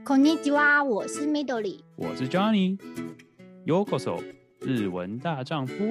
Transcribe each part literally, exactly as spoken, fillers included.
こんにちは，我是 Midori， 我是 Johnny。Yokoso，日文大丈夫。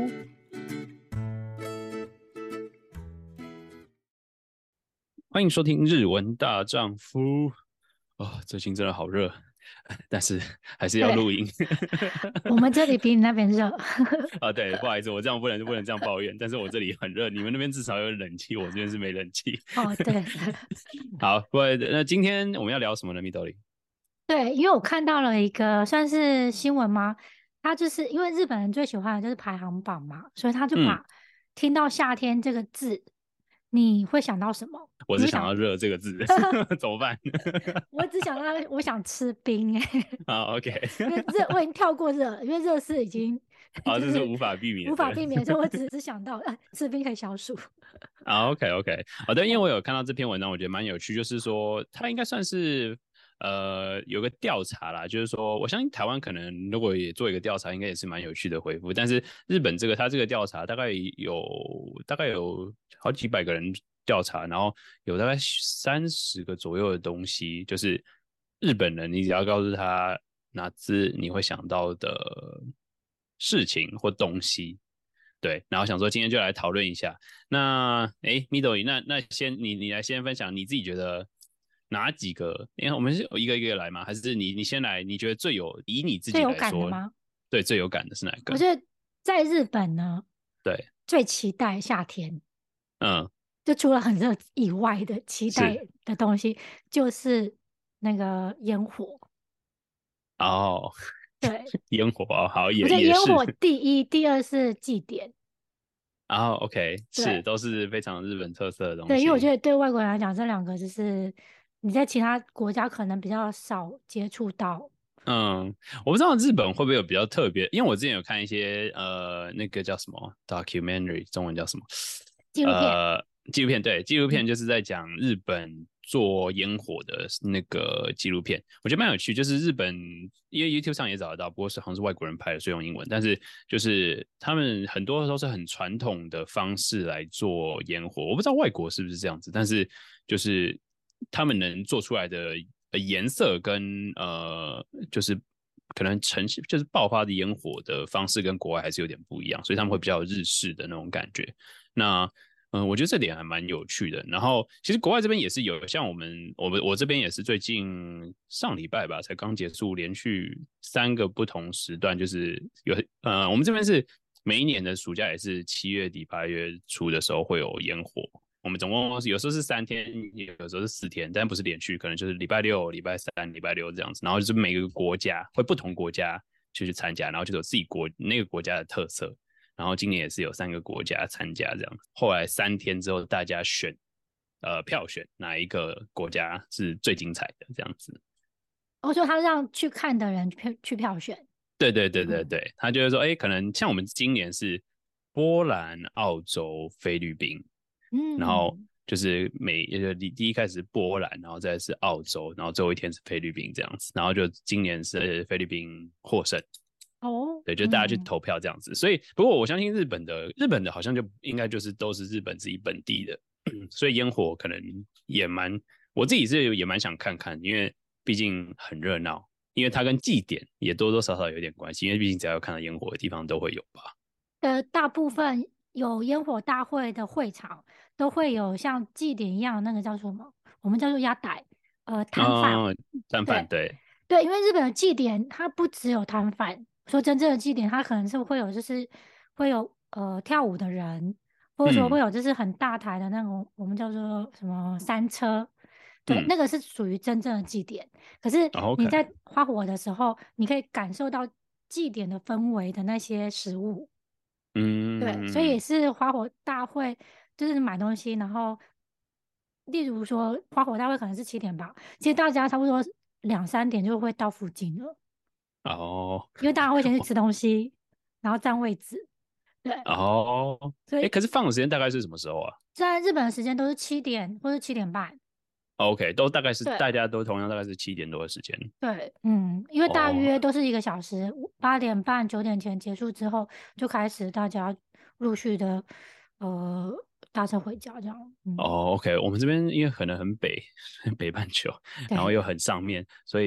欢迎收听日文大丈夫。哦，最近真的好热，但是还是要录音。 我们这里比你那边热。 啊，对，不好意思，我这样不能不能这样抱怨。但是我这里很热，你们那边至少有冷气，我这边是没冷气。 哦，对。 好，不过那今天我们要聊什么呢，Midori？ 对，因为我看到了一个算是新闻吗？他就是因为日本人最喜欢的就是排行榜嘛，所以他就嗯， 把听到夏天这个字，你会想到什么？ 我你会想， 是想要热这个字，怎么办？ 我只想到我想吃冰哎， 好，OK。 因为热我已经跳过热，因为热是已经好， 就是这是无法避免无法的。 避免，所以我只只想到呃吃冰可以消暑。 啊，OK OK，好的，因为对， 我有看到这篇文章，我觉得蛮有趣，就是说它应该算是呃有个调查啦，就是说我相信台湾可能如果也做一个调查，应该也是蛮有趣的回复，但是日本这个它这个调查大概有大概有好几百个人调查，然后有大概三十个左右的东西，就是日本人你只要告诉他哪只你会想到的事情或东西。对，然后想说今天就来讨论一下。那诶 m i d o 那那先你你来先分享你自己觉得哪几个？因为我们是一个一个来吗？还是你你先来？你觉得最有以你自最有己来说， 感的吗？ 对最有感的是哪一个？ 我觉得在日本呢， 对， 最期待夏天， 嗯， 就除了很热以外的期待是的东西，就是那个烟火。 哦， 对， 烟火哦，好我也也是， 觉得烟火第一，第二是祭典。 然后 OK 是对都是非常日本特色的东对，因为我觉西。 得对外国人来讲，这两个就是你在其他国家可能比较少接触到嗯，我不知道日本会不会有比较特别，因为我之前有看一些呃那个叫什么 documentary，中文叫什么？ 纪录片。 呃，纪录片，对，纪录嗯， 片就是在讲日本做烟火的那个纪录片，我觉得蛮有趣。就是日本，因为 YouTube 上也找得到，不过是好像是外国人拍的，所以用英文。但是就是他们很多都是很传统的方式来做烟火，我不知道外国是不是这样子，但是就是他们能做出来的呃颜色跟呃就是可能呈现就是爆发的烟火的方式跟国外还是有点不一样，所以他们会比较日式的那种感觉。那嗯、呃我觉得这点还蛮有趣的。然后其实国外这边也是有，像我们我们我这边也是最近上礼拜吧，才刚结束连续三个不同时段，就是有呃我们这边是每一年的暑假也是七月底八月初的时候会有烟火。我们总共有时候是三天，有时候是四天，但不是连续，可能就是礼拜六、礼拜三、礼拜六这样子。然后就是每个国家会不同国家就去参加，然后就有自己国那个国家的特色。然后今年也是有三个国家参加这样。后来三天之后，大家选呃票选哪一个国家是最精彩的这样子。 我说他让去看的人去去票选。 对对对对嗯对，他就是说，哎，可能像我们今年是波兰、澳洲、菲律宾，然后嗯。 就是每呃第第一开始是波兰，然后再是澳洲，然后最后一天是菲律宾这样子，然后就今年是菲律宾获胜。 哦。 对，就大家去嗯。 投票这样子。所以，不过我相信日本的日本的好像就应该就是都是日本自己本地的，所以烟火可能也蛮，我自己是也蛮想看看，因为毕竟很热闹，因为它跟祭典也多多少少有点关系，因为毕竟只要有看到烟火的地方都会有吧。 的大部分有烟火大会的会场都会有像祭典一样的那个叫什么？我们叫做压台，呃，摊贩。 嗯，摊贩对。 对， 对，因为日本的祭典它不只有摊贩，说真正的祭典，它可能是会有就是会有呃跳舞的人，或者说会嗯有就是很大台的那种我们叫做什么山车。对， 嗯那个是属于真正的祭典。可是哦，OK， 你在花火的时候，你可以感受到祭典的氛围的那些食物。对，所以也嗯是花火大会，就是买东西，然后例如说花火大会可能是七点吧，其实大家差不多两三点就会到附近了， 哦因为大家会先去吃东西，然后占位置。对， 哦，哎， 所以可是放的时间大概是什么时候啊在日本的时间都是七点或是七点半。 ？OK，都大概是对大家都同样大概是七点多的时间。 对，嗯，因为大哦， 约都是一个小时，八点半九点前结束之后，就开始大家陆续的呃搭车回家这样。嗯。 哦，OK，我们这边因为可能很北北半球，然后对。 又很上面，所以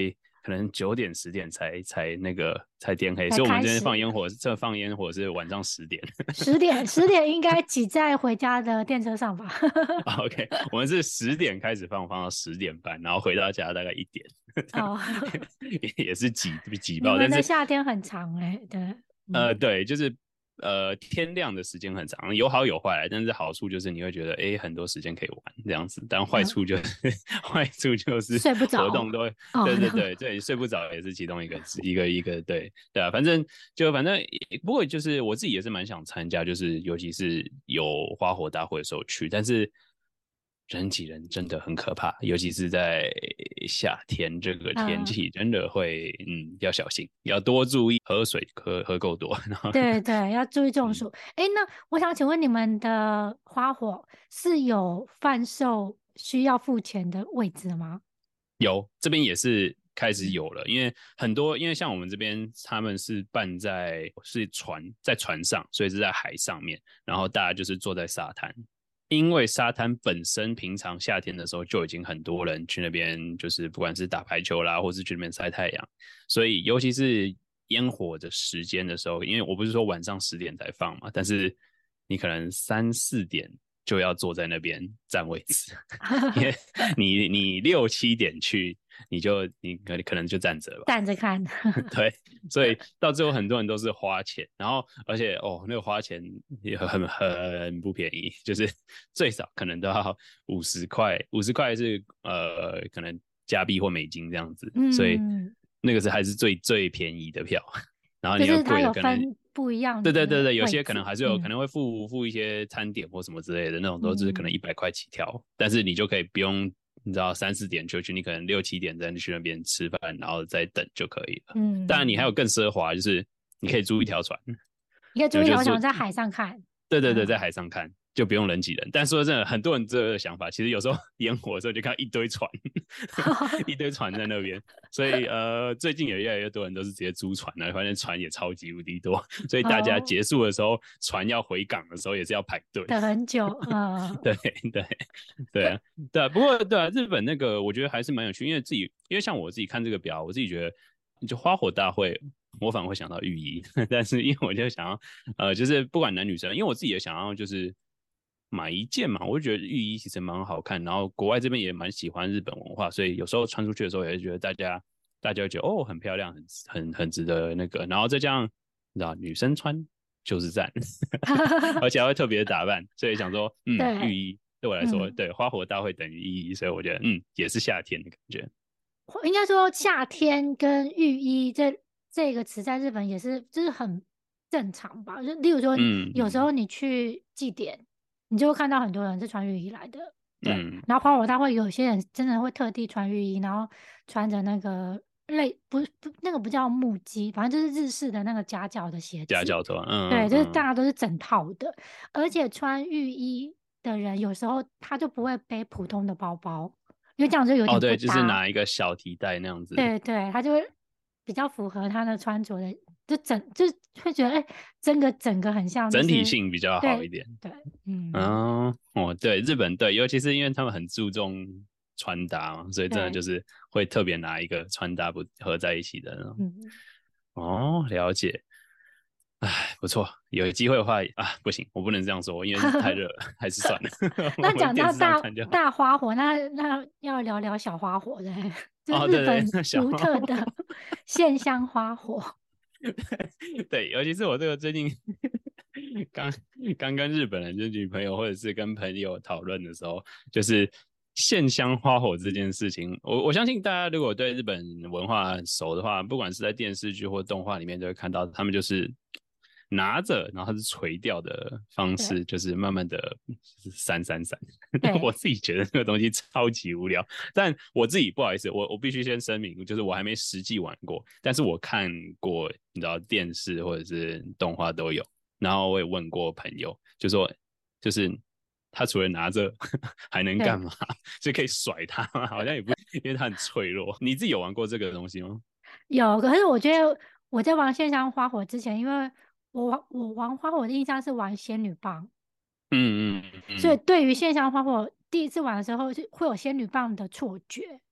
可能九点十点才才那个才天黑， 才所以我们这边开始。 放烟火，这放烟火是晚上十点。 十点，十点应该挤在回家的电车上吧？ OK，我们是十点开始放，放到十点半，然后回到家大概一点， 哦， 也是挤挤爆， 你们的但是夏天很长哎、对， 呃， 嗯， 对，就是呃，天亮的时间很长，有好有坏，但是好处就是你会觉得，哎，很多时间可以玩这样子，但坏处嗯， 就是坏处就是睡不着活动都会， 哦， 对对对对，睡不着也是其中一个一个一个，对对啊，反正就反正不过就是我自己也是蛮想参加，就是尤其是有花火大会的时候去，但是人挤人真的很可怕，尤其是在夏天这个天嗯， 气，真的会嗯要小心，要多注意喝水，喝喝够多，然后对对，要注意中嗯暑。哎，那我想请问你们的花火是有贩售需要付钱的位置吗？ 有，这边也是开始嗯， 有了，因为很多，因为像我们这边他们是办在是船在船上，所以是在海上面，然后大家就是坐在沙滩，因为沙滩本身平常夏天的时候就已经很多人去那边，就是不管是打排球啦，或是去那边晒太阳，所以尤其是烟火的时间的时候，因为我不是说晚上十点才放嘛，但是你可能三四点就要坐在那边占位置，因为你你六七点去，你就你可可能就站着吧， 站着看。 对，所以到最后很多人都是花钱，然后而且哦，那个花钱也很很不便宜，就是最少可能都要五十块，五十块是呃可能加币或美金这样子，所以嗯， 那个是还是最最便宜的票，然后你要就是它贵的可能。 有分不一样的对对对对，有些可能位置。 还是有可嗯能会附附一些餐点或什么之类的那种，都是可能嗯一百块起跳，但是你就可以不用，你知道三四点就去，你可能六七点再去那边吃饭，然后再等就可以了。当然，你还有嗯， 更奢华，就是你可以租一条船， 一个注意条就就坐， 想在海上看。 对对对，在嗯， 海上看就不用人挤人。但说真的，很多人这个想法，其实有时候烟火的时候就看到一堆船，一堆船在那边。所以呃，最近也越来越多人都是直接租船了，发现船也超级无敌多，所以大家哦， 结束的时候，船要回港的时候也是要排队。 等很久。呃， 对对对啊，对啊，不过对啊，日本那个我觉得还是蛮有趣，因为自己因为像我自己看这个表，我自己觉得就花火大会，我反而会想到浴衣，但是因为我就想要呃，就是不管男女生，因为我自己也想要就是买一件嘛，我就觉得浴衣其实蛮好看，然后国外这边也蛮喜欢日本文化，所以有时候穿出去的时候也是觉得大家大家会觉得哦很漂亮，很很很值得那个，然后再这样你知道女生穿就是赞，而且还会特别打扮，所以想说，嗯，浴对， 衣对我来说， 嗯， 对花火大会等于意义，所以我觉得，嗯，也是夏天的感觉。 应该说夏天跟浴衣这这个词在日本也是就是很正常吧。就例如说， 嗯嗯有时候你去祭典，你就会看到很多人是穿浴衣来的。对， 嗯， 然后花火大会有些人真的会特地穿浴衣，然后穿着那个类不不那个不叫木屐，反正就是日式的那个夹脚的鞋子。 夹脚拖，嗯对， 嗯嗯， 就是大家都是整套的，而且穿浴衣的人有时候他就不会背普通的包包，因为这样就有哦， 点不对，就是搭。 拿一个小提袋那样子。 对对，他就会比较符合他的穿着的，就整就会觉得哎，整个整个很像，就整体是性比较好一对点。 对，嗯， 嗯，哦，对，日本对，尤其是因为他们很注重穿搭嘛，所以真的就对， 是会特别拿一个穿搭不合在一起的那种。 嗯， 哦，了解。哎，不错，有机会的话啊，不行，我不能这样说，因为太热了，还是算了， 那我电视上讲到大看就好。 大花火，那那要聊聊小花火的，就是哦， 日对对， 本那小独特的线香花火。 对，尤其是我这个最近刚刚跟日本人，就是女朋友或者是跟朋友讨论的时候，就是线香花火这件事情，我我相信大家如果对日本文化很熟的话，不管是在电视剧或动画里面，都会看到他们就是拿着，然后它是垂钓的方对式，就是慢慢的闪闪闪。但我对， 自己觉得这个东西超级无聊，但我自己不好意思，我我必须先声明，就是我还没实际玩过，但是我看过，你知道电视或者是动画都有，然后我也问过朋友，就说就是他除了拿着还能干对， 嘛？就可以甩它吗？好像也不，因为它很脆弱。你自己有玩过这个东西吗？ 有。可是我觉得我在玩线香花火之前，因为我玩我玩花火的印象是玩仙女棒， 嗯嗯嗯， 所以对于线香花火第一次玩的时候，是会有仙女棒的错觉。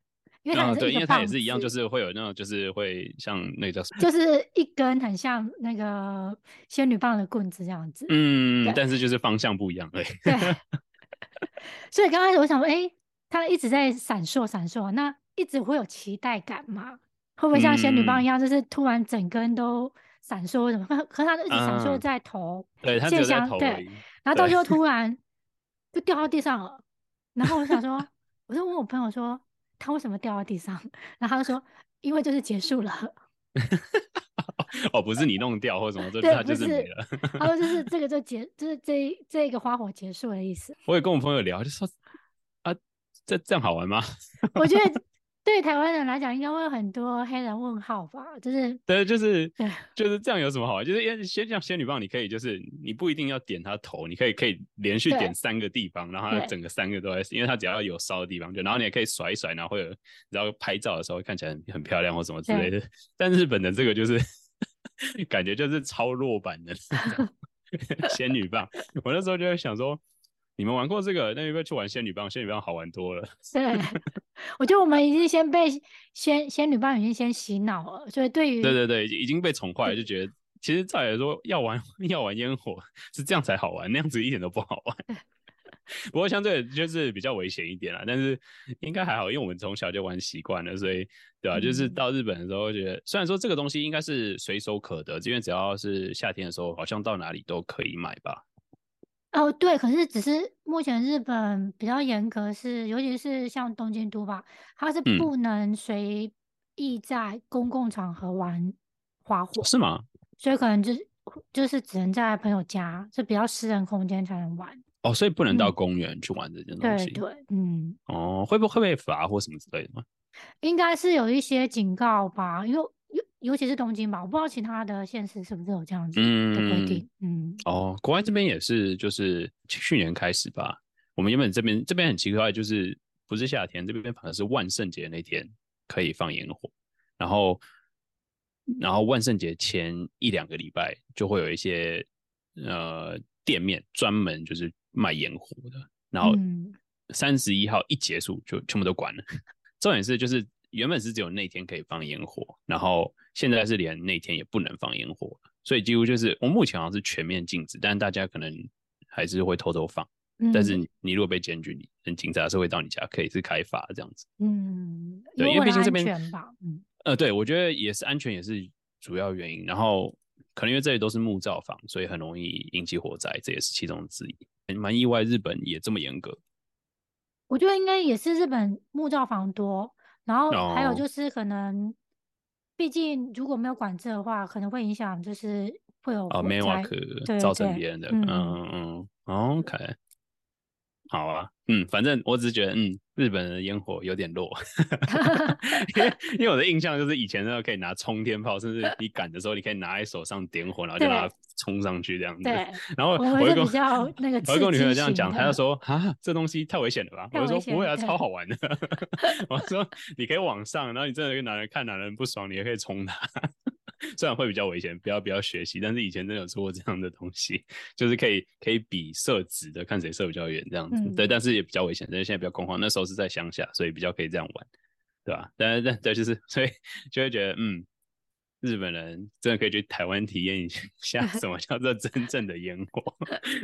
啊、 因为它也是对，因为它也一个棒是一样，就子， 是会有那种，就是会像那个叫什么， 就是一根很像那个仙女棒的棍子这样子。 嗯， 对但是就是方向不一样而已。 对，所以刚开始我想说，哎，它一直在闪烁闪烁，那一直会有期待感吗？会不会像仙女棒一嗯样，就是突然整根都闪烁？什么？可可它就一直闪烁啊， 在头， 对，它只有在现象对， 头而已。对， 然后到最后突然就掉到地上了。然后我想说，我就问我朋友说，他为什么掉到地上？然后他就说，因为就是结束了。 哦，不是你弄掉或什么，这对， 它就是没不是， 了。 他说就是这个就结，就是这一这一个花火结束的意思。 我也跟我朋友聊，就说啊，这这样好玩吗？ 我觉得对台湾人来讲，应该会有很多黑人问号吧，就是对，就是对就是这样有什么好玩？就是因为先像仙女棒，你可以就是你不一定要点它头，你可以可以连续点对三个地方，然后它对整个三个都在，因为它只要有烧的地方就，然后你也可以甩一甩，然后会有，然后拍照的时候看起来很很漂亮或什么之类对， 的。但日本的这个就是感觉就是超弱版的那种仙女棒。我那时候就在想说，你们玩过这个，那要不要去玩仙女棒？仙女棒好玩多了。 对，我觉得我们已经先被仙仙女棒已经先洗脑了，所以对于对对对，已经被宠坏了，就对觉得其实照理来说要玩要玩烟火是这样才好玩，那样子一点都不好玩。不过相对就是比较危险一点啦，但是应该还好，因为我们从小就玩习惯了，所以对吧、啊？就是嗯到日本的时候，觉得虽然说这个东西应该是随手可得，因为只要是夏天的时候，好像到哪里都可以买吧。 哦对，可是只是目前日本比较严格是，尤其是像东京都吧，它是嗯， 不能随意在公共场合玩花火， 是吗？ 所以可能就是就是只能在朋友家，是比较私人空间才能玩。 哦，所以不能到嗯， 公园去玩这件东西。 对对，嗯。 哦，会不会被罚或什么之类的吗？ 应该是有一些警告吧，因为尤尤其是东京吧，我不知道其他的县市是不是有这样子的规嗯， 定。嗯， 哦，国外这边也是，就是去年开始吧。我们原本这边这边很奇怪，就是不是夏天，这边反而是万圣节那天可以放烟火，然后然后万圣节前一两个礼拜就会有一些呃店面专门就是卖烟火的，然后嗯， 三十一号一结束就全部都关了。重点是就是原本是只有那天可以放烟火，然后现在是连那天也不能放烟火了，所以几乎就是我目前好像是全面禁止，但大家可能还是会偷偷放。但是嗯， 你如果被检举，你警察是会到你家，可以是开罚这样子。 嗯，因对，因为为为了安毕竟这边， 全吧。嗯， 呃，对，我觉得也是安全也是主要原因。然后可能因为这里都是木造房，所以很容易引起火灾，这也是其中之一。蛮意外，日本也这么严格。 我觉得应该也是日本木造房多，然后还有哦就是可能，毕竟如果没有管制的话，可能会影响就是会有哦火灾。 ，Manwalk 造成对对对， 别人的， 嗯嗯。 嗯嗯嗯，OK，好啊，嗯，反正我只是觉得，嗯，日本的烟火有点弱，因为因为我的印象就是以前那个可以拿冲天炮，甚至你赶的时候，你可以拿在手上点火，然后就让对它冲上去这样子。 对， 然后我们我就跟我是比较那个我就跟我女朋友刺激这样讲，她就型的， 说啊，这东西太危险了吧？我就太危险。 说不会啊，超对， 好玩的。我说你可以往上，然后你真的跟男人看男人不爽，你也可以冲他。虽然会比较危险，不要不要学习，但是以前真的有做过这样的东西，就是可以可以比射直的，看谁射比较远这样子。对， 嗯。 但是也比较危险，但是现在比较空旷。那时候是在乡下，所以比较可以这样玩，对吧？但但但就是所以就会觉得，嗯，日本人真的可以去台湾体验一下什么叫做真正的烟火。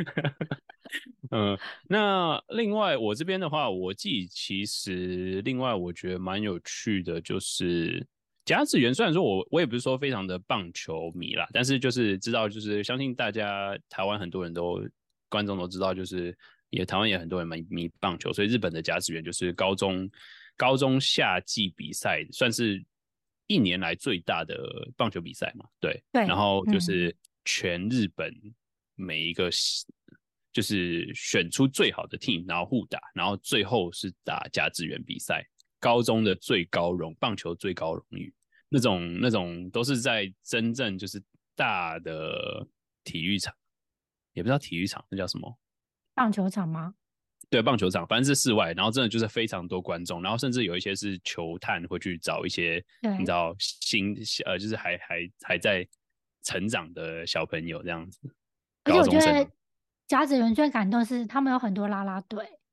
嗯，那另外我这边的话，我自己其实另外我觉得蛮有趣的，就是甲子园。虽然说我我也不是说非常的棒球迷啦，但是就是知道，就是相信大家台湾很多人都观众都知道，就是也台湾也很多人迷迷棒球，所以日本的甲子园就是高中高中夏季比赛，算是一年来最大的棒球比赛嘛，对。然对， 后就嗯， 是全日本每一个就是选出最好的 team，然后互打，然后最后是打甲子园比赛，高中的最高荣，棒球最高荣誉，那种那种都是在真正就是大的体育场，也不知道体育场那叫什么， 棒球场吗？ 对，棒球场，反正是室外，然后真的就是非常多观众，然后甚至有一些是球探会去找一些你知对， 道新呃，就是还还还在成长的小朋友这样子， 而且高中生。 我觉得甲子园最感动是他们有很多啦啦队，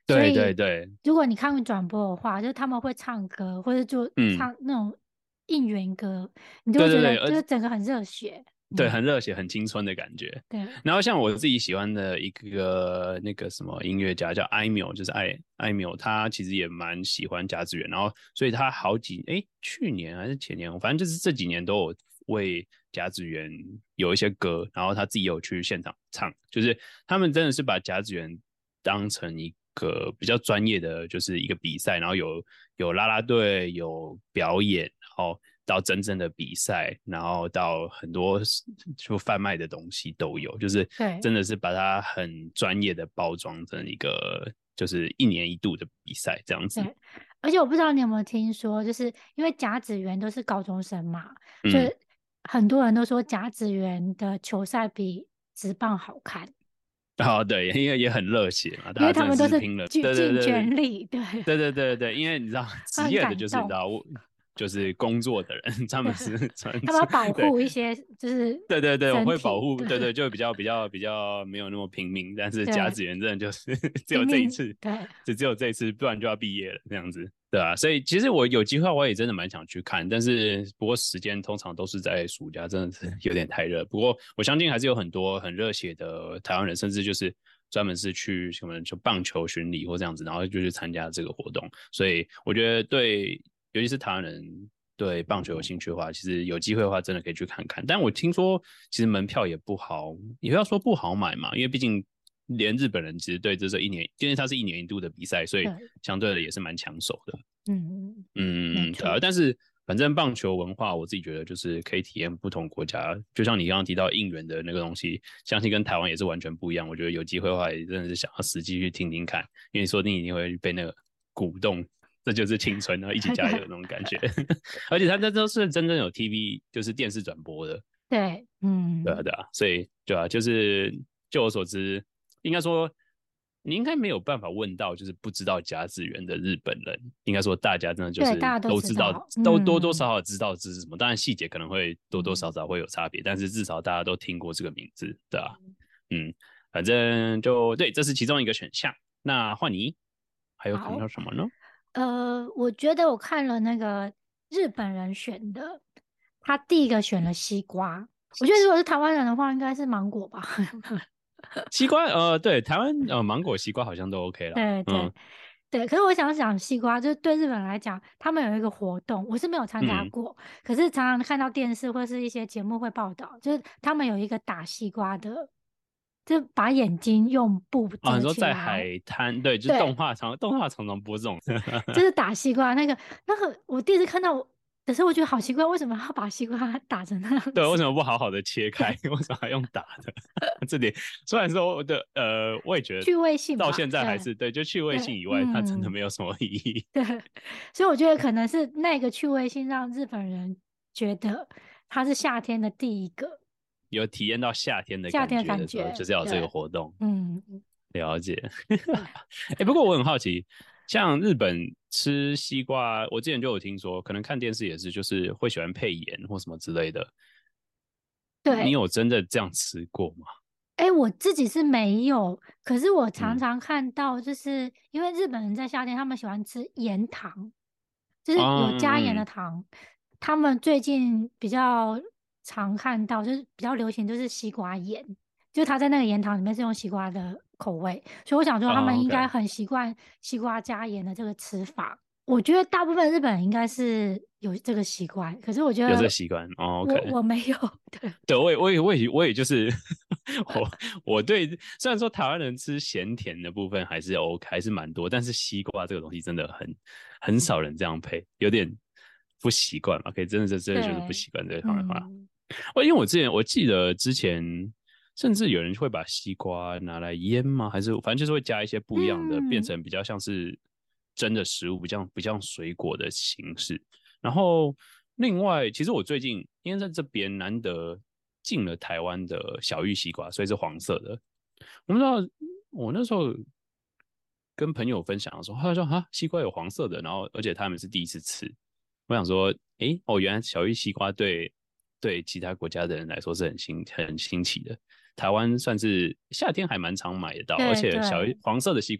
对对所以对， 如果你看转播的话，就是他们会唱歌，或者就嗯， 唱那种应援歌，你就会觉得对对对，而就是整个很热血。 对， 嗯， 很热血、很青春的感觉。 对然后像我自己喜欢的一个那个什么音乐家叫艾缪，就是艾艾缪，他其实也蛮喜欢甲子园，然后所以他好几哎去年还是前年，反正就是这几年都有为甲子园有一些歌，然后他自己有去现场唱，就是他们真的是把甲子园当成一个比较专业的，就是一个比赛，然后有有啦啦队，有表演，然后到真正的比赛，然后到很多就贩卖的东西都有，就是对真的是把它很专业的包装成一个就是一年一度的比赛这样子。 对，而且我不知道你有没有听说，就是因为甲子园都是高中生嘛，所嗯， 以很多人都说甲子园的球赛比职棒好看， 哦对，因为也很热血嘛，大因为家真的他们都是是拼了， 尽尽对对对全力，对， 对对对对，因为你知道职很业的感动。 就是你知道就是工作的人，他们是穿他们要保对护一些就是对对对，我会保身体， 护， 对对对，就比较比较比较没有那么拼命，但是甲对， 子园真的就是只有拼命， 这一次， 对只只有这一次，不然就要毕业了这样子，对啊，所以其实我有机会我也真的蛮想去看，但是不过时间通常都是在暑假，真的是有点太热。不过我相信还是有很多很热血的台湾人，甚至就是专门是去什么就棒球巡礼或这样子，然后就去参加这个活动，所以我觉得对，尤其是台湾人。对棒球有兴趣的话，其实有机会的话，真的可以去看看。但我听说，其实门票也不好，也不要说不好买嘛，因为毕竟连日本人其实对这是一年，因为它是一年一度的比赛，所以对， 相对的也是蛮抢手的。 嗯，没嗯，对啊。 错， 但是反正棒球文化，我自己觉得就是可以体验不同国家，就像你刚刚提到应援的那个东西，相信跟台湾也是完全不一样。我觉得有机会的话，也真的是想要实际去听听看，因为说不定一定会被那个鼓动。这就是青春啊，一起加油的那种感觉。而且他这都是真正有 T V，就是电视转播的， 对， 对啊， 嗯， 对啊，所以对啊，就是就我所知，应该说你应该没有办法问到，就是不知道甲子园的日本人，应该说大家真的就对，大是家都都知道， 知道， 都多多嗯少少知道这是什么，当然细节可能会多多少嗯少会有差别，但是至少大家都听过这个名字，对啊，嗯，反正就对，这是其中一个选项。那换你，还有可能好， 有什么呢？ 呃，我觉得我看了那个日本人选的，他第一个选了西瓜，我觉得如果是台湾人的话，应该是芒果吧。 西瓜，呃，对，台湾呃芒果、西瓜好像都 OK 啦， 对对嗯对，可是我想讲西瓜，就是对日本人来讲，他们有一个活动，我是没有参加嗯， 过，可是常常看到电视或是一些节目会报道，就是他们有一个打西瓜的，就把眼睛用布哦，你遮说在起来， 海滩，对，就是动对， 画常动画常常播这种， 就是打西瓜那个那个，我第一次看到，可是我觉得好奇怪，为什么要把西瓜打成那样对，为子？ 什么不好好的切开？ 对， 为什么还用打的？这点虽然说我的呃，我也觉得趣味性吧， 到现在还对是对，就趣味性对， 以外，它真的嗯， 没有什么意义。 对，所以我觉得可能是那个趣味性让日本人觉得它是夏天的第一个有体验到夏天的感夏天的觉的时候， 感觉， 就是要有这个对， 活动。 嗯， 了解。 对， 哎，不过我很好奇，像日本吃西瓜，我之前就有听说，可能看电视也是，就是会喜欢配盐或什么之类的。你对， 有真的这样吃过吗？ 哎，我自己是没有，可是我常嗯， 常看到，就是因为日本人在夏天他们喜欢吃盐糖，就是有加盐嗯嗯嗯， 的糖。他们最近比较常看到，就是比较流行，就是西瓜盐，就是它在那个盐糖里面是用西瓜的口味，所以我想说他们哦应该 ，OK， 很习惯西瓜加盐的这个吃法。我觉得大部分日本人应该是有这个习惯，可是我觉有这个得习惯。哦我 ，OK， 我没有，对对，我也我也我也我也就是我我对虽然说台湾人吃咸甜的部分还是 OK，还是蛮多，但是西瓜这个东西真的很很少人这样配，有点不习惯嘛。可以真的是真的就是不对， 习惯这个方法。 嗯我因为我之前我记得之前甚至有人会把西瓜拿来腌吗？还是反正就是会加一些不一样的，变嗯， 成比较像是真的食物，比较不像水果的形式。然后另外，其实我最近因为在这边难得进了台湾的小玉西瓜，所以是黄色的。我不知道我那时候跟朋友分享的时候，他说啊，西瓜有黄色的，然后而且他们是第一次吃。我想说，诶，哦，原来小玉西瓜对对其他国家的人来说是很新很新奇的。台湾算是夏天还蛮常买得到，而对且小玉对， 黄色的西瓜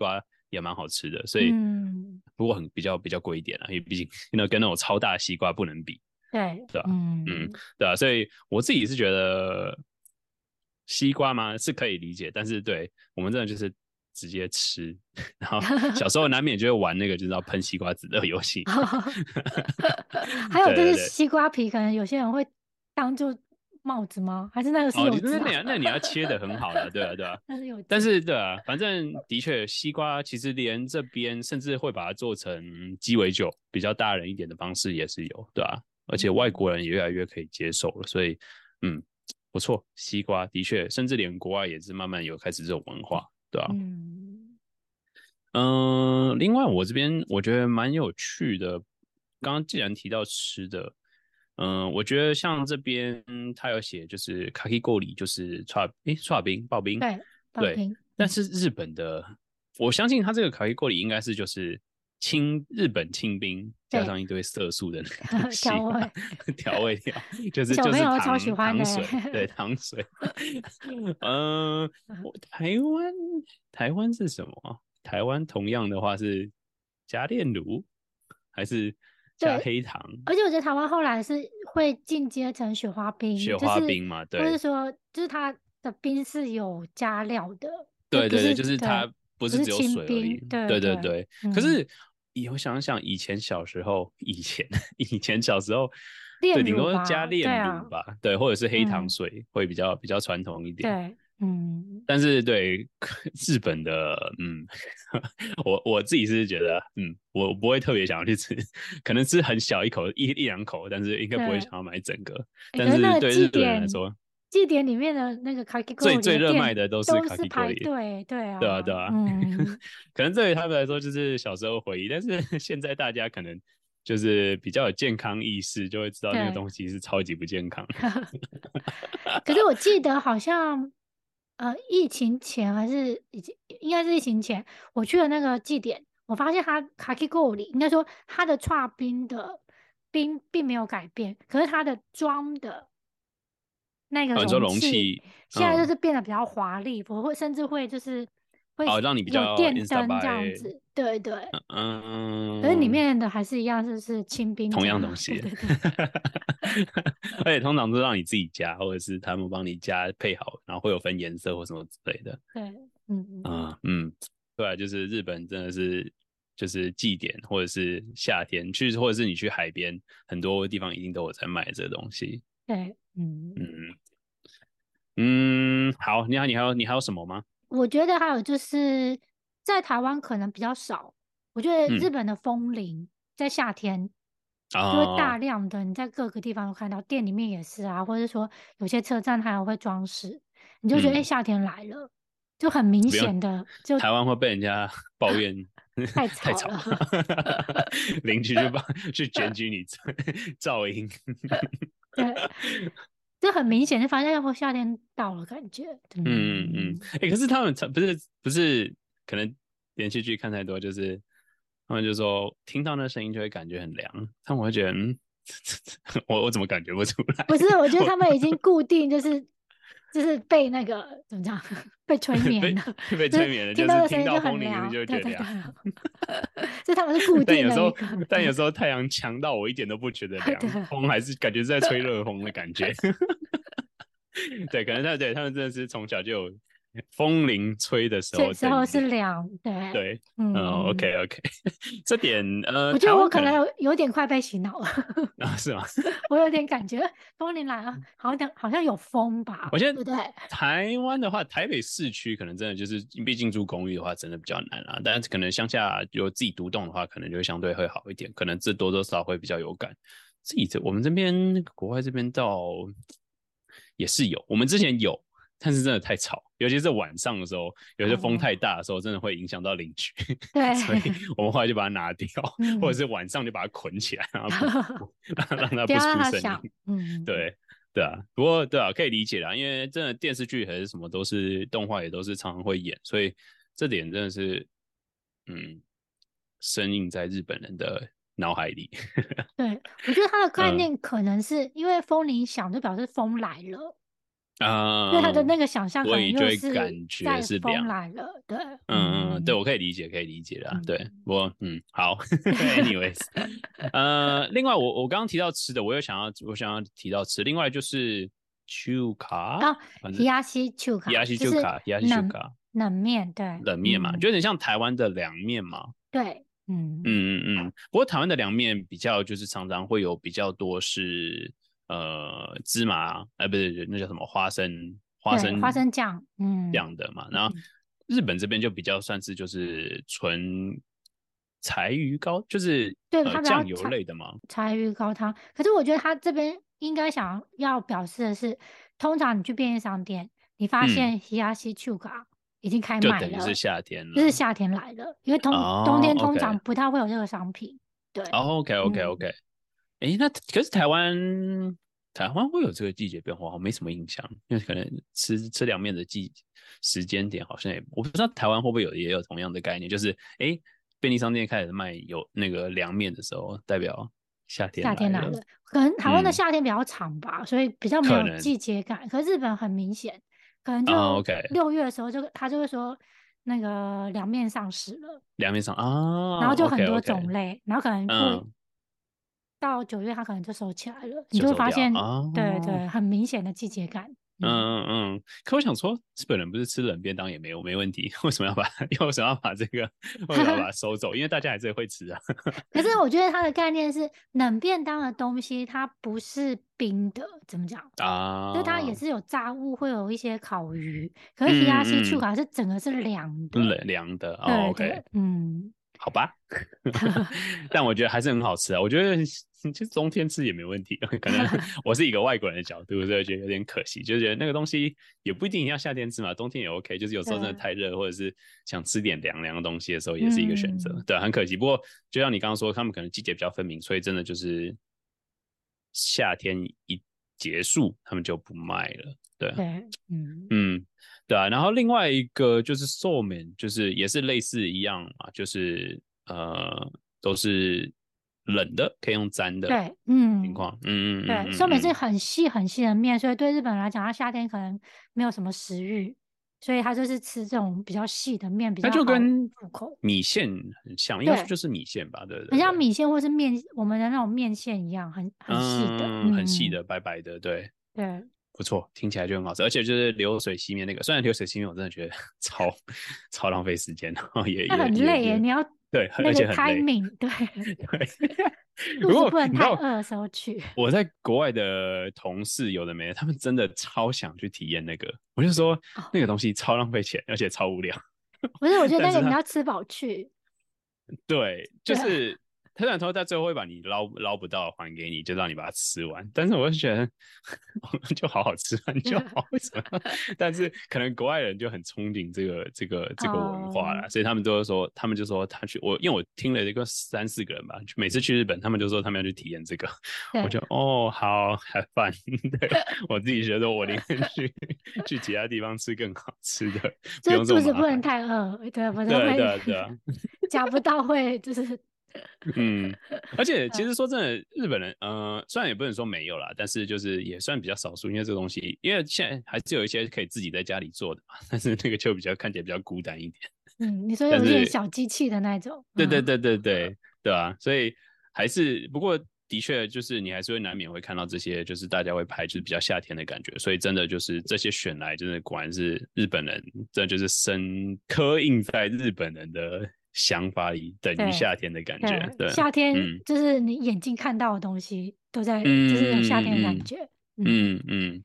也蛮好吃的，所以嗯， 不过很比较比较贵一点啊，因为毕竟那跟那种超大的西瓜不能比， 对， 对吧？嗯， 嗯， 对啊，所以我自己是觉得西瓜嘛是可以理解，但是对我们真的就是直接吃，然后小时候难免就会玩那个就是要喷西瓜籽的游戏。 还有就是对对对， 西瓜皮，可能有些人会当做帽子吗？还是那个是哦， 有籽啊？ 那那那你要切的很好了，对啊对啊。 那是有但籽。 是对啊，反正的确西瓜其实连这边甚至会把它做成鸡尾酒，比较大人一点的方式也是有，对啊。而且外国人也越来越可以接受了，所以嗯，不错，西瓜的确，甚至连国外也是慢慢有开始这种文化，对啊。 嗯， 嗯，另外我这边我觉得蛮有趣的，刚刚既然提到吃的，嗯，我觉得像这边他有写就是卡基锅里就是串诶串冰刨冰， 对，刨对， 冰，嗯， 但是日本的我相信他这个卡基锅里应该是就是清日本清冰加对， 上一堆色素的那个东西吧， 调味， 调味料就是小就是朋友都超喜糖欢的糖水，对， 欸。 糖水，嗯，我台湾台湾是什么啊？台湾同样的话是加炼乳还是加对， 黑糖、 而且我觉得台湾后来是会进阶成雪花冰， 雪就是花冰嘛？ 或是对说，就是它的冰是有加料的，就不对对对，就是是对， 它不不是是只有清冰， 水而已。 对对， 对对对，可嗯， 是以我想想，以前小时候，以前以前小时候，对， 炼顶多加乳吧，对炼乳啊， 吧，对，或者是黑糖嗯， 水会比较比较传统一点。 对，嗯， 但是对日本的，嗯，我我自己是觉得，嗯，我不会特别想要去吃，可能吃很小一口，一一两口，但是应该不会对， 想要买整个。 欸可但是那个祭是对日本人来典， 说， 祭典里面的那个 k a k i g o 最 r 里最热卖的店的都是卡都是排奇锅里， 队，对对啊， 啊， 对啊， 嗯， 可能对于他们来说就是小时候回忆，但是现在大家可能就是比较有健康意识，就会知道那个对。 东西是超级不健康。 可是我记得好像，呃，疫情前还是已经应该是疫情前，我去了那个祭典，我发现它卡 a 锅里，应该说它的串冰的冰并没有改变，可是它的装的那个哦，你说容器容器， 现在就嗯， 是变得比较华丽，我会甚至会就是会哦，让你比有较电 insta 灯这样 by， 子，对对。可是里嗯， 面的还是一样，就是清冰同样加， 东西， 对对对而且通常都让你自己加，或者是他们帮你加配好，然后会有分颜色或什么之类的。 对，嗯嗯， 啊、嗯，对啊，就是日本真的是就是祭典或者是夏天去，或者是你去海边，很多地方一定都有在卖这个东西。 对，嗯。 嗯嗯，好，你好，你还有你还有什么吗？ 我觉得还有就是在台湾可能比较少，我觉得日嗯本的风铃在夏天就会大啊、 量的，你在各个地方都看到，店里面也是啊，或者说有些车站它还会装饰，你就觉得哎、诶嗯， 夏天来了，就很明不用， 显的就台湾会被人家抱怨太太吵， 吵了， 邻居就帮去检举你噪音。 对，就很明显就发现要夏天到了感觉， 嗯嗯嗯， 嗯， 哎、欸可是他们不是不是可能连续剧看太多，就是他们就说听到那声音就会感觉很凉，但我会觉得，嗯，我我怎么感觉不出来？ 不是，我觉得我他们已经固定就是就是被那个怎么讲被催眠被了， 被就是催眠了， 听就是到的声音就听到风铃的时候很凉， 就会觉得凉。 对对对，所以他们是固但有时候定的一个，对但有时候太阳强到我一点都不觉得对， 凉，风还是感觉是在吹热风的感觉。对，可能他对他们真的是从小就有风铃吹的时候这时候是更凉。 凉，对， 对，嗯嗯， ，OK OK，这点呃， 我觉得我台湾可能可能有有点快被洗脑了， 啊是吗？ 我有点感觉风铃来了，好像好像有风吧， 我觉得对不对？ 台湾的话，台北市区可能真的就是，毕竟住公寓的话，真的比较难啊。但是可能乡下有自己独栋的话，可能就会相对会好一点，可能这多多少少会比较有感。自己这我们这边那个国外这边倒也是有，我们之前有，但是真的太吵，尤其是晚上的时候，有些风太哦， 大的时候，真的会影响到邻居， 对， 所以我们后来就把它拿掉，或者嗯， 是晚上就把它捆起来，让它不不让它不不要让出声音。 他响，嗯， 对对啊，不过对啊，可以理解啦，因为真的电视剧还是什么都是动画，也都是常常会演，所以这点真的是嗯深印在日本人的脑海里。 对，我觉得它的概嗯念可能是因为风铃响，就表示风来了， 啊， 所以他的那个想象可能所以就会又是感觉在是凉。 风来了，对， 嗯嗯，对， 嗯我可以理解，可以理解啦。对， 嗯， 不过嗯，好，anyways，呃，另外我我刚刚提到吃的，我有想要我想要提到吃，另外就是秋卡， 啊反正 ，hiyashi chuka ，hiyashi 就是 chuka，hiyashi 冷 chuka， 冷面，对， 冷面嘛， 嗯， 就有点像台湾的凉面嘛。 对，嗯， 嗯嗯嗯，不过台湾的凉面比较就是常常会有比较多是呃芝麻，哎、不是那叫什么花生花对，花生生酱，嗯酱的嘛，然后日本这边就比较算是就是纯柴鱼糕，就是对，它比较呃酱油柴类的嘛。 柴鱼高汤。可是我觉得他这边应该想要表示的是，通常你去便利商店，你发嗯， 现 hiyashi chuka 已经开就等于是卖了， 夏天了。 就是夏天来了，因为冬冬哦天通常 ，OK， 不太会有这个商品。对， 哦，OK OK 嗯， OK，诶，那可是台湾台湾会有这个季节变化，我没什么印象，因为可能吃吃凉面的季时间点好像也我不知道台湾会不会有也有同样的概念，就是诶便利商店开始卖有那个凉面的时候，代表夏天夏天来了， 来了。 可能台湾的嗯， 夏天比较长吧，所以比较没可能有季节感。可日本很明显，可能啊就 ，OK， 六月的时候就他就会说那个凉面上市了。 凉面上啊，OK 然后就很多种 OK， 类，然后可能过嗯， 到九月，它可能就收起来了，你就会就走发现， 掉啊。 对对，很明显的季节感。嗯， 嗯嗯嗯，可我想说，日本人不是吃冷便当也没有没问题，为什么要把为什么要把这个为什么要把它收走？因为大家还是会吃啊。 可是我觉得它的概念是冷便当的东西，它不是冰的，怎么讲？就它也啊， 是有炸物，会有一些烤鱼，可是 hiyashi 嗯嗯， chuka 是整个是凉的。 冷凉的哦，OK， 对对，嗯， 好吧。但我觉得还是很好吃啊，我觉得其实冬天吃也没问题。可能我是一个外国人的角度，所以觉得有点可惜，就觉得那个东西也不一定要夏天吃嘛，冬天也 OK，就是有时候真的对， 太热，或者是想吃点凉凉的东西的时候，也是一个选择。 嗯， 对啊，很可惜。不过就像你刚刚说，他们可能季节比较分明，所以真的就是夏天一结束，他们就不卖了。对啊， 对，嗯， 嗯，对啊，然后另外一个就是寿面，就是也是类似一样嘛，就是呃都是冷的，可以用沾的对，嗯。 情况。嗯嗯对， 嗯嗯寿美是嗯， 很细很细的面，所以对日本人来讲，他夏天可能没有什么食欲，所以他就是吃这种比较细的面比它较好就跟入口。 米线很像，应该说对， 就是米线吧？对很对对， 像米线或是面，我们的那种面线一样，很很细的。 嗯，很细嗯嗯， 的，白白的，对。 对， 不错，听起来就很好吃，而且就是流水席面那个，虽然流水席面我真的觉得超超浪费时间，然后也那也很累耶， 也也你要对，而那个且很累。 timing，对， 对， 肚如子不能果你知道太饿的时候去。 我在国外的同事有的没的，他们真的超想去体验那个，我就说哦， 那个东西超浪费钱，而且超无聊。 不是，我觉得那个你但是他要吃饱去。 对，就对， 是他然他在最后会把你捞捞不到还给你，就让你把它吃完。但是我就觉得就好好吃完就好，为什么？但是可能国外人就很憧憬这个这个这个文化哦， 啦，所以他们都说，他们就说他去我，因为我听了一个三四个人吧，每次去日本，他们就说他们要去体验这个，我对， 就哦好，have fun 对。我自己觉得我宁愿去去其他地方吃更好吃的，不用这就是肚子不能么麻烦。 太饿，对，否则对会对对啊， 夹不到，会就是嗯，而且其嗯实说真的，日本人，呃，虽然也不能说没有啦，但是就是也算比较少数，因为这个东西，因为现在还是有一些可以自己在家里做的嘛，但是那个就比较看起来比较孤单一点。 嗯，你说有点但是， 小机器的那种，嗯， 对对对对对对啊，所以还是不过的确就是你还是会难免会看到这些，就是大家会拍就是比较夏天的感觉，所以真的就是这些选来，真的果然是日本人，这就是深刻印在日本人的想法里，等于对夏天的感觉。 对， 对， 夏天嗯。 就是你眼睛看到的东西都在，就是有夏天的感嗯嗯觉，嗯， 嗯嗯嗯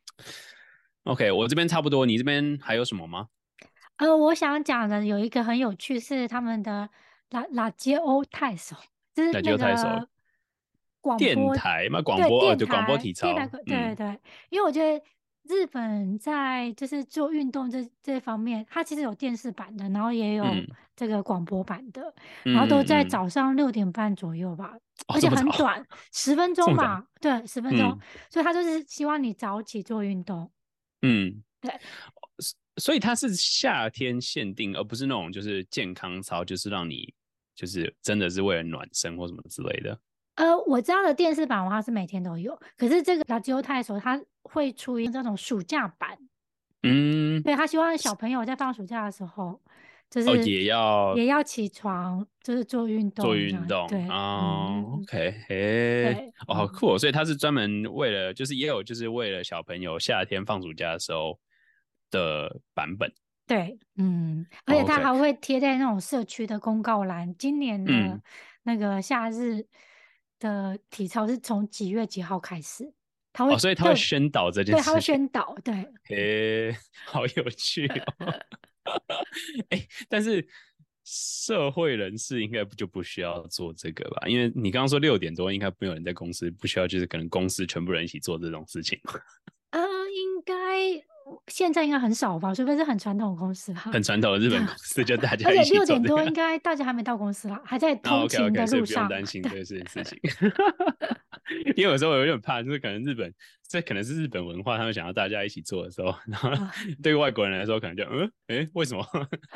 ，OK，我这边差不多，你这边还有什么吗？ 呃，我想讲的有一个很有趣是他们的拉拉街欧太守，就是那那就太熟， 个广电播， 台嘛，广对， 播哦， 电就广播台， 体操， 电台，对对嗯对，因为我觉得日本在就是做运动这这方面，它其实有电视版的，然后也有嗯这个广播版的，然后都嗯嗯嗯， 在早上六点半左右吧， 哦， 而且这么早， 很短，十分这么早， 钟吧，对，十分钟， 嗯所以他就是希望你早起做运动， 嗯， 对。 所以它是夏天限定，而不是那种就是健康操，就是让你就是真的是为了暖身或什么之类的。 呃，我知道的电视版的话是每天都有，可是这个老吉欧太守它会出于这种暑假版， 嗯， 对，他希望小朋友在放暑假的时候，就哦， 是也要也要起床，就是做运做动这样。 运动对， 啊嗯， ，OK，嘿， 对， 哦，好嗯， 酷哦，所以他是专门为了，就是也有就是为了小朋友夏天放暑假的时候的版本。 对，嗯，而且哦他 OK， 还会贴在那种社区的公告栏，今年的嗯， 那个夏日的体操是从几月几号开始，他会哦，所以他会特， 宣导这件对，他会事情。 宣导，对， 嘿，好有趣哦。哎，但是社会人士应该就不需要做这个吧？因为你刚刚说六点多应该没有人在公司，不需要就是可能公司全部人一起做这种事情。 呃，应该现在应该很少吧，除非是很传统的公司哈。 很传统的日对， 本公司就大而家一起且六点做这个。 多应该大家还没到公司啦，还在啊通 ，OK 勤的 OK，所以路上。 不用担心对， 这件事情。因为有时候我有点怕，就是可能日本这可能是日本文化，他们想要大家一起做的时候，然后啊， 对于外国人来说，可能就嗯，诶，为什么？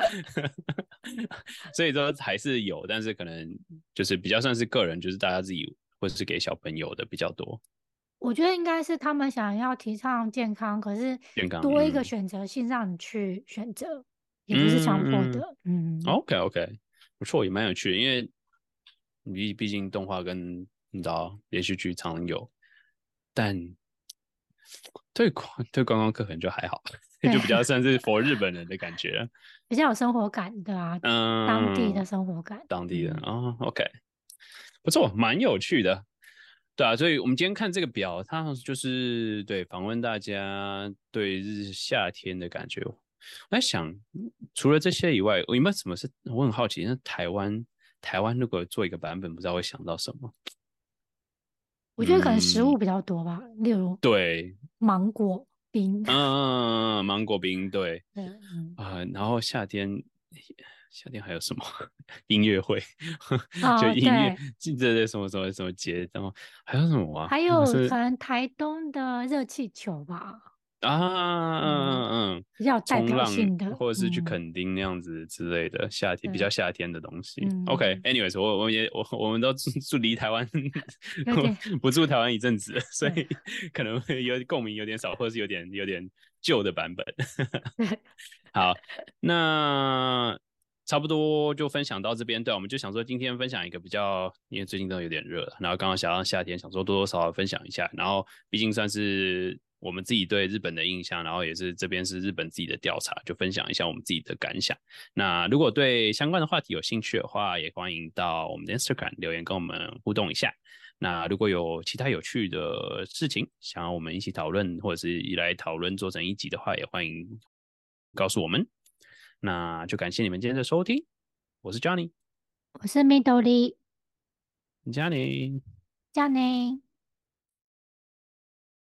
所以说还是有，但是可能就是比较算是个人，就是大家自己或者是给小朋友的比较多。 我觉得应该是他们想要提倡健康，可是健康， 多一个嗯选择性让你去选择，也不是强迫嗯嗯的。嗯， ，OK OK，不错，也蛮有趣的，因为毕毕竟动画跟你知道连续剧常有，但对观对观光客可能就还好， 对， 就比较算是 for 日本人的感觉了。 比较有生活感的啊，当地的嗯， 生活感。 当地人嗯， 啊，哦，OK，不错，蛮有趣的。对啊，所以我们今天看这个表，它好像就是对访问大家对日夏天的感觉。我在想，除了这些以外，有没有什么是我很好奇？那台湾台湾如果做一个版本，不知道会想到什么？ 我觉得可能食嗯， 物比较多吧，例如对， 芒果冰。 嗯，芒果冰，对， 对，嗯， 啊、然后夏天，夏天还有什么音乐会？就哦， 音乐， 对， 这这什么什么什么节，然后还有什么啊？ 还我是有可能台东的热气球吧， 啊，嗯嗯， 嗯嗯， 比较有代表冲浪性的， 或者是去嗯， 垦丁那样子之类的夏天比对， 较夏天的东西。 嗯， OK，anyways，、我我也我我们都住住离台湾有点， 不住台湾一阵子了，所对， 以可能会有共鸣有点少，或者是有点有点旧的版本。 对， 好，那差不多就分享到这边。对，我们就想说今天分享一个比较，因为最近真的有点热了，然后刚好想到夏天，想说多多少少分享一下。然后毕竟算是我们自己对日本的印象，然后也是这边是日本自己的调查，就分享一下我们自己的感想。那如果对相关的话题有兴趣的话，也欢迎到我们的 Instagram 留言跟我们互动一下。那如果有其他有趣的事情想要我们一起讨论，或者是一来讨论做成一集的话，也欢迎告诉我们。那就感谢你们今天的收听，我是 Johnny， 我是 Midori， Johnny。 这样呢。